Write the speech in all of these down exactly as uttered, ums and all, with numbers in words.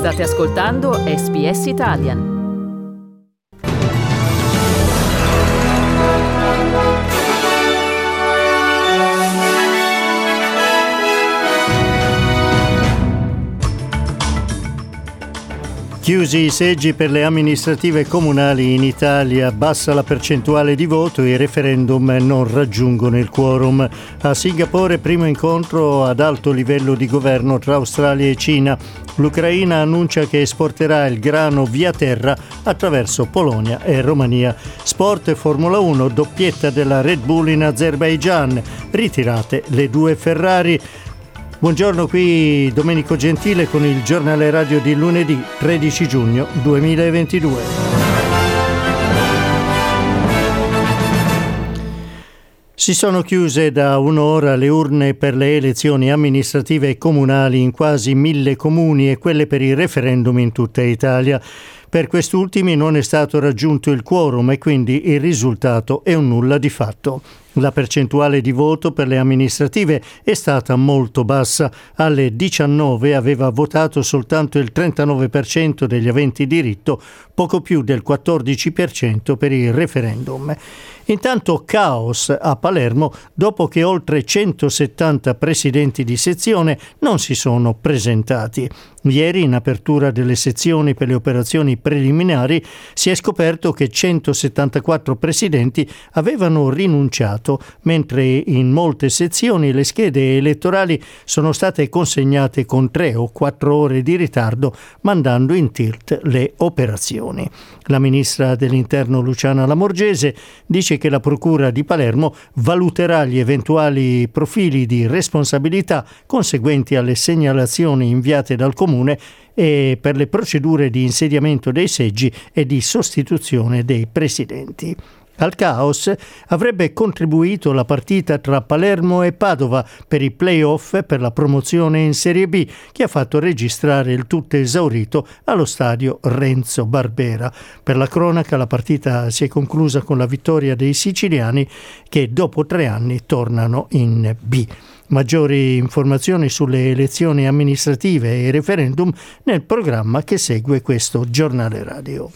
State ascoltando S B S Italian. Chiusi i seggi per le amministrative comunali in Italia, bassa la percentuale di voto e i referendum non raggiungono il quorum. A Singapore primo incontro ad alto livello di governo tra Australia e Cina. L'Ucraina annuncia che esporterà il grano via terra attraverso Polonia e Romania. Sport e Formula uno, doppietta della Red Bull in Azerbaigian. Ritirate le due Ferrari. Buongiorno, qui Domenico Gentile con il giornale radio di lunedì tredici giugno duemilaventidue. Si sono chiuse da un'ora le urne per le elezioni amministrative e comunali in quasi mille comuni e quelle per il referendum in tutta Italia. Per quest'ultimi non è stato raggiunto il quorum e quindi il risultato è un nulla di fatto. La percentuale di voto per le amministrative è stata molto bassa. Alle diciannove aveva votato soltanto il trentanove per cento degli aventi diritto, poco più del quattordici per cento per il referendum. Intanto caos a Palermo dopo che oltre centosettanta presidenti di sezione non si sono presentati. Ieri, in apertura delle sezioni per le operazioni preliminari, si è scoperto che centosettantaquattro presidenti avevano rinunciato, mentre in molte sezioni le schede elettorali sono state consegnate con tre o quattro ore di ritardo, mandando in tilt le operazioni. La ministra dell'Interno Luciana Lamorgese dice che la Procura di Palermo valuterà gli eventuali profili di responsabilità conseguenti alle segnalazioni inviate dal Comune e per le procedure di insediamento dei seggi e di sostituzione dei presidenti. Al caos avrebbe contribuito la partita tra Palermo e Padova per i play-off per la promozione in Serie B, che ha fatto registrare il tutto esaurito allo stadio Renzo Barbera. Per la cronaca, la partita si è conclusa con la vittoria dei siciliani, che dopo tre anni tornano in B. Maggiori informazioni sulle elezioni amministrative e referendum nel programma che segue questo giornale radio.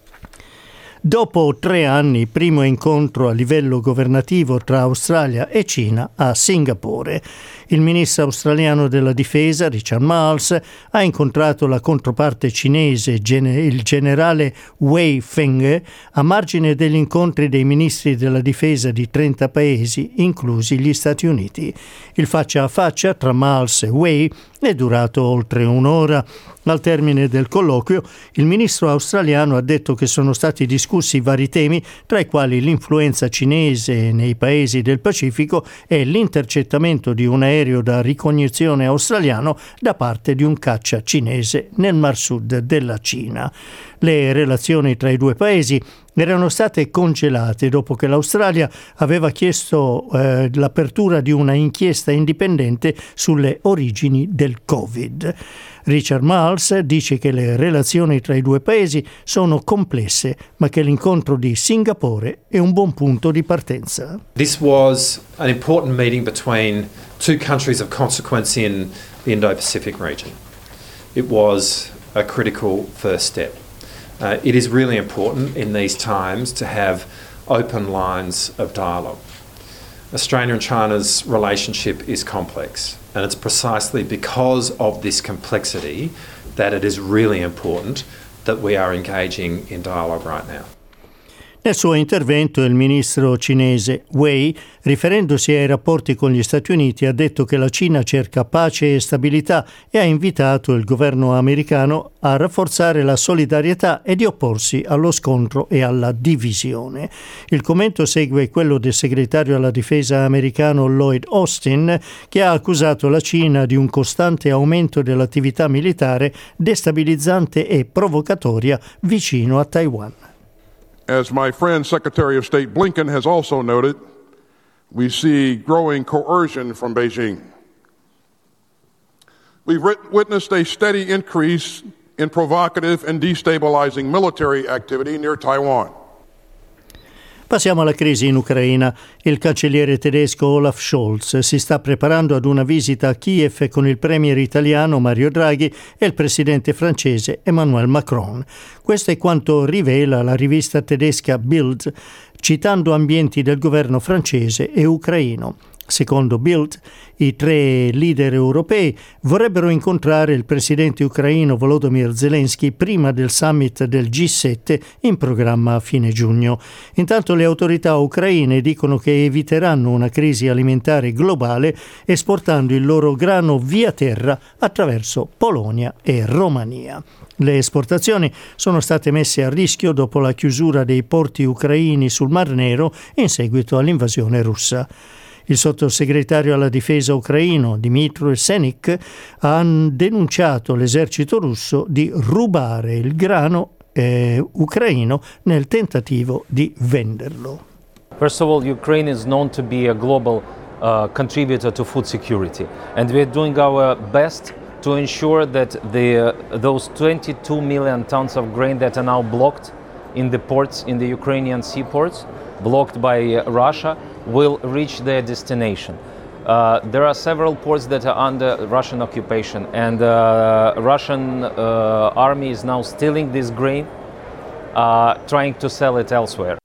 Dopo tre anni, primo incontro a livello governativo tra Australia e Cina a Singapore. Il ministro australiano della difesa, Richard Marles, ha incontrato la controparte cinese, il generale Wei Feng, a margine degli incontri dei ministri della difesa di trenta paesi, inclusi gli Stati Uniti. Il faccia a faccia tra Marles e Wei è durato oltre un'ora. Al termine del colloquio, il ministro australiano ha detto che sono stati discussi vari temi, tra i quali l'influenza cinese nei paesi del Pacifico e l'intercettamento di un aereo da ricognizione australiano da parte di un caccia cinese nel Mar Sud della Cina. Le relazioni tra i due paesi erano state congelate dopo che l'Australia aveva chiesto eh, l'apertura di una inchiesta indipendente sulle origini del Covid. Richard Marles dice che le relazioni tra i due paesi sono complesse, ma che l'incontro di Singapore è un buon punto di partenza. This was an important meeting between two countries of consequence in the Indo-Pacific region. It was a critical first step. Uh, it is really important in these times to have open lines of dialogue. Australia and China's relationship is complex, and it's precisely because of this complexity that it is really important that we are engaging in dialogue right now. Nel suo intervento il ministro cinese Wei, riferendosi ai rapporti con gli Stati Uniti, ha detto che la Cina cerca pace e stabilità e ha invitato il governo americano a rafforzare la solidarietà e di opporsi allo scontro e alla divisione. Il commento segue quello del segretario alla difesa americano Lloyd Austin, che ha accusato la Cina di un costante aumento dell'attività militare destabilizzante e provocatoria vicino a Taiwan. As my friend Secretary of State Blinken has also noted, we see growing coercion from Beijing. We've witnessed a steady increase in provocative and destabilizing military activity near Taiwan. Passiamo alla crisi in Ucraina. Il cancelliere tedesco Olaf Scholz si sta preparando ad una visita a Kiev con il premier italiano Mario Draghi e il presidente francese Emmanuel Macron. Questo è quanto rivela la rivista tedesca Bild, citando ambienti del governo francese e ucraino. Secondo Bild, i tre leader europei vorrebbero incontrare il presidente ucraino Volodymyr Zelensky prima del summit del G sette in programma a fine giugno. Intanto le autorità ucraine dicono che eviteranno una crisi alimentare globale esportando il loro grano via terra attraverso Polonia e Romania. Le esportazioni sono state messe a rischio dopo la chiusura dei porti ucraini sul Mar Nero in seguito all'invasione russa. Il sottosegretario alla difesa ucraino Dmytro Senik ha denunciato l'esercito russo di rubare il grano eh, ucraino nel tentativo di venderlo. First of all, Ukraine is known to be a global uh, contributor to food security, and we are doing our best to ensure that the, uh, those twenty-two million tons of grain that are now blocked in the ports, in the Ukrainian seaports, blocked by uh, Russia, will reach their destination. Uh, there are several ports that are under Russian occupation, and uh, Russian uh, army is now stealing this grain, uh, trying to sell it elsewhere.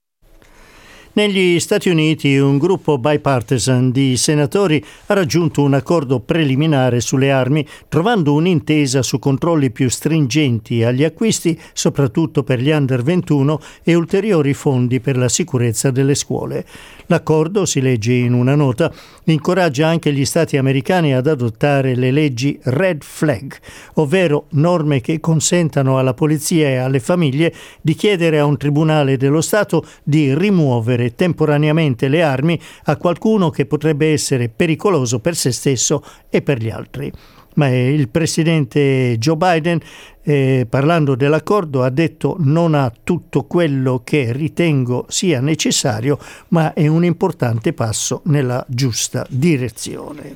Negli Stati Uniti un gruppo bipartisan di senatori ha raggiunto un accordo preliminare sulle armi, trovando un'intesa su controlli più stringenti agli acquisti, soprattutto per gli under ventuno, e ulteriori fondi per la sicurezza delle scuole. L'accordo, si legge in una nota, incoraggia anche gli Stati americani ad adottare le leggi Red Flag, ovvero norme che consentano alla polizia e alle famiglie di chiedere a un tribunale dello Stato di rimuovere temporaneamente le armi a qualcuno che potrebbe essere pericoloso per se stesso e per gli altri. Ma il presidente Joe Biden, eh, parlando dell'accordo, ha detto: non ha tutto quello che ritengo sia necessario, ma è un importante passo nella giusta direzione.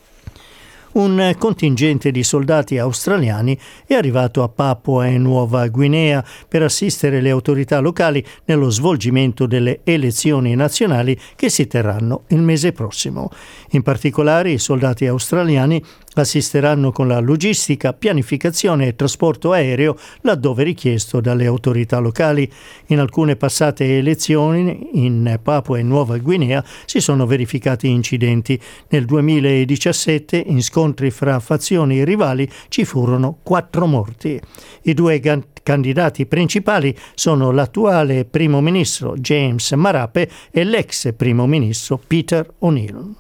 Un contingente di soldati australiani è arrivato a Papua e Nuova Guinea per assistere le autorità locali nello svolgimento delle elezioni nazionali che si terranno il mese prossimo. In particolare, i soldati australiani assisteranno con la logistica, pianificazione e trasporto aereo laddove richiesto dalle autorità locali. In alcune passate elezioni in Papua e Nuova Guinea si sono verificati incidenti. Nel duemiladiciassette, in scontri fra fazioni rivali, ci furono quattro morti. I due gan- candidati principali sono l'attuale primo ministro James Marape e l'ex primo ministro Peter O'Neill.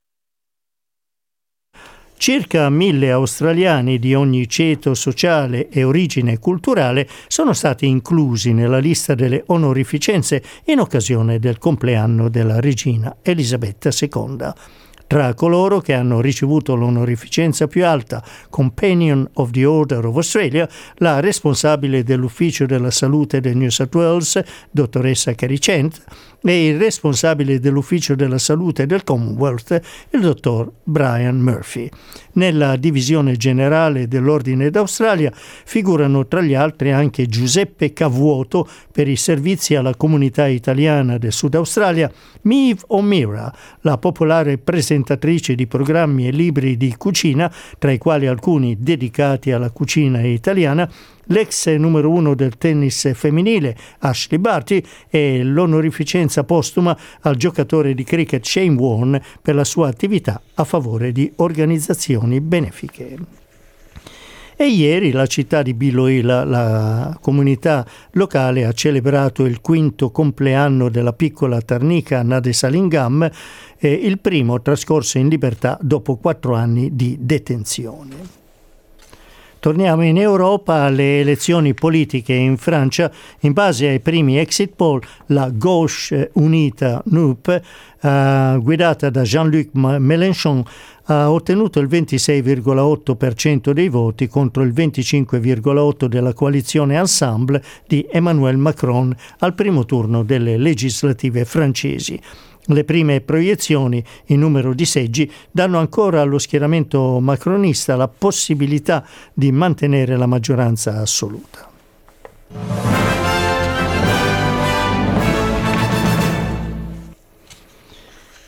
Circa mille australiani di ogni ceto sociale e origine culturale sono stati inclusi nella lista delle onorificenze in occasione del compleanno della regina Elisabetta seconda. Tra coloro che hanno ricevuto l'onorificenza più alta, Companion of the Order of Australia, la responsabile dell'Ufficio della Salute del New South Wales, dottoressa Kerry Chant, e il responsabile dell'Ufficio della Salute del Commonwealth, il dottor Brian Murphy. Nella divisione generale dell'Ordine d'Australia figurano tra gli altri anche Giuseppe Cavuoto per i servizi alla comunità italiana del Sud Australia, Maeve O'Meara, la popolare presentatrice di programmi e libri di cucina, tra i quali alcuni dedicati alla cucina italiana, l'ex numero uno del tennis femminile Ashley Barty e l'onorificenza postuma al giocatore di cricket Shane Warne per la sua attività a favore di organizzazioni benefiche. E ieri la città di Biloela, la comunità locale, ha celebrato il quinto compleanno della piccola Tarnika Nadesalingam, eh, il primo trascorso in libertà dopo quattro anni di detenzione. Torniamo in Europa. Alle elezioni politiche in Francia. In base ai primi exit poll, la Gauche Unita N U P, eh, guidata da Jean-Luc Mélenchon, ha ottenuto il ventisei virgola otto per cento dei voti contro il venticinque virgola otto per cento della coalizione Ensemble di Emmanuel Macron al primo turno delle legislative francesi. Le prime proiezioni in numero di seggi danno ancora allo schieramento macronista la possibilità di mantenere la maggioranza assoluta.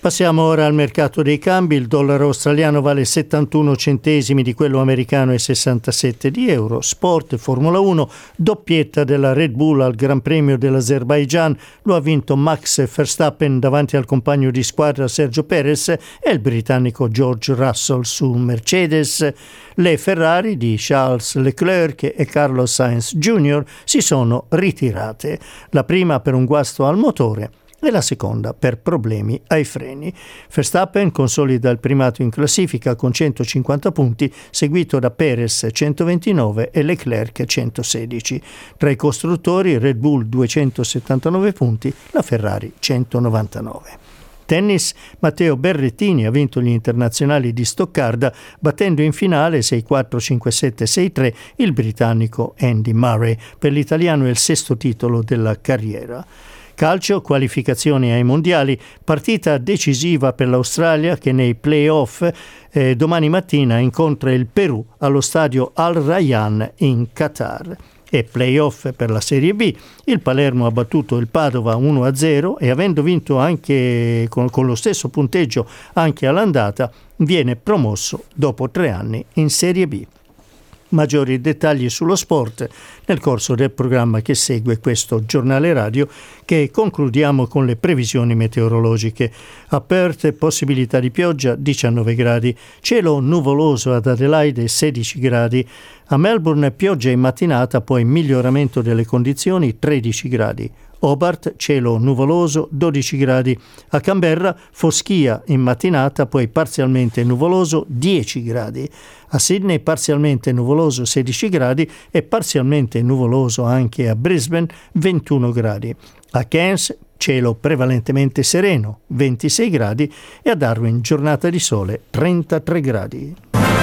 Passiamo ora al mercato dei cambi. Il dollaro australiano vale settantuno centesimi di quello americano e sessantasette di euro. Sport, Formula uno, doppietta della Red Bull al Gran Premio dell'Azerbaigian. Lo ha vinto Max Verstappen davanti al compagno di squadra Sergio Perez e il britannico George Russell su Mercedes. Le Ferrari di Charles Leclerc e Carlos Sainz junior si sono ritirate. La prima per un guasto al motore e la seconda per problemi ai freni. Verstappen consolida il primato in classifica con centocinquanta punti, seguito da Perez centoventinove e Leclerc centosedici. Tra i costruttori Red Bull duecentosettantanove punti, la Ferrari centonovantanove. Tennis, Matteo Berrettini ha vinto gli internazionali di Stoccarda battendo in finale sei quattro, cinque sette, sei tre il britannico Andy Murray. Per l'italiano è il sesto titolo della carriera. Calcio, qualificazioni ai mondiali, partita decisiva per l'Australia che nei play-off eh, domani mattina incontra il Perù allo stadio Al Rayyan in Qatar. E play-off per la Serie B, il Palermo ha battuto il Padova uno a zero e avendo vinto anche con, con lo stesso punteggio anche all'andata, viene promosso dopo tre anni in Serie B. Maggiori dettagli sullo sport nel corso del programma che segue questo giornale radio, che concludiamo con le previsioni meteorologiche. A Perth possibilità di pioggia diciannove gradi, cielo nuvoloso ad Adelaide sedici gradi, a Melbourne pioggia in mattinata poi miglioramento delle condizioni tredici gradi. Hobart, cielo nuvoloso, dodici gradi. A Canberra, foschia in mattinata, poi parzialmente nuvoloso, dieci gradi. A Sydney, parzialmente nuvoloso, sedici gradi e parzialmente nuvoloso anche a Brisbane, ventuno gradi. A Cairns, cielo prevalentemente sereno, ventisei gradi e a Darwin, giornata di sole, trentatré gradi.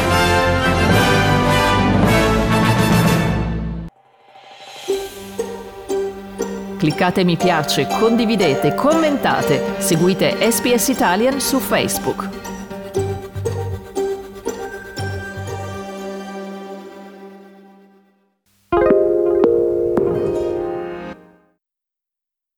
Cliccate mi piace, condividete, commentate, seguite S B S Italian su Facebook.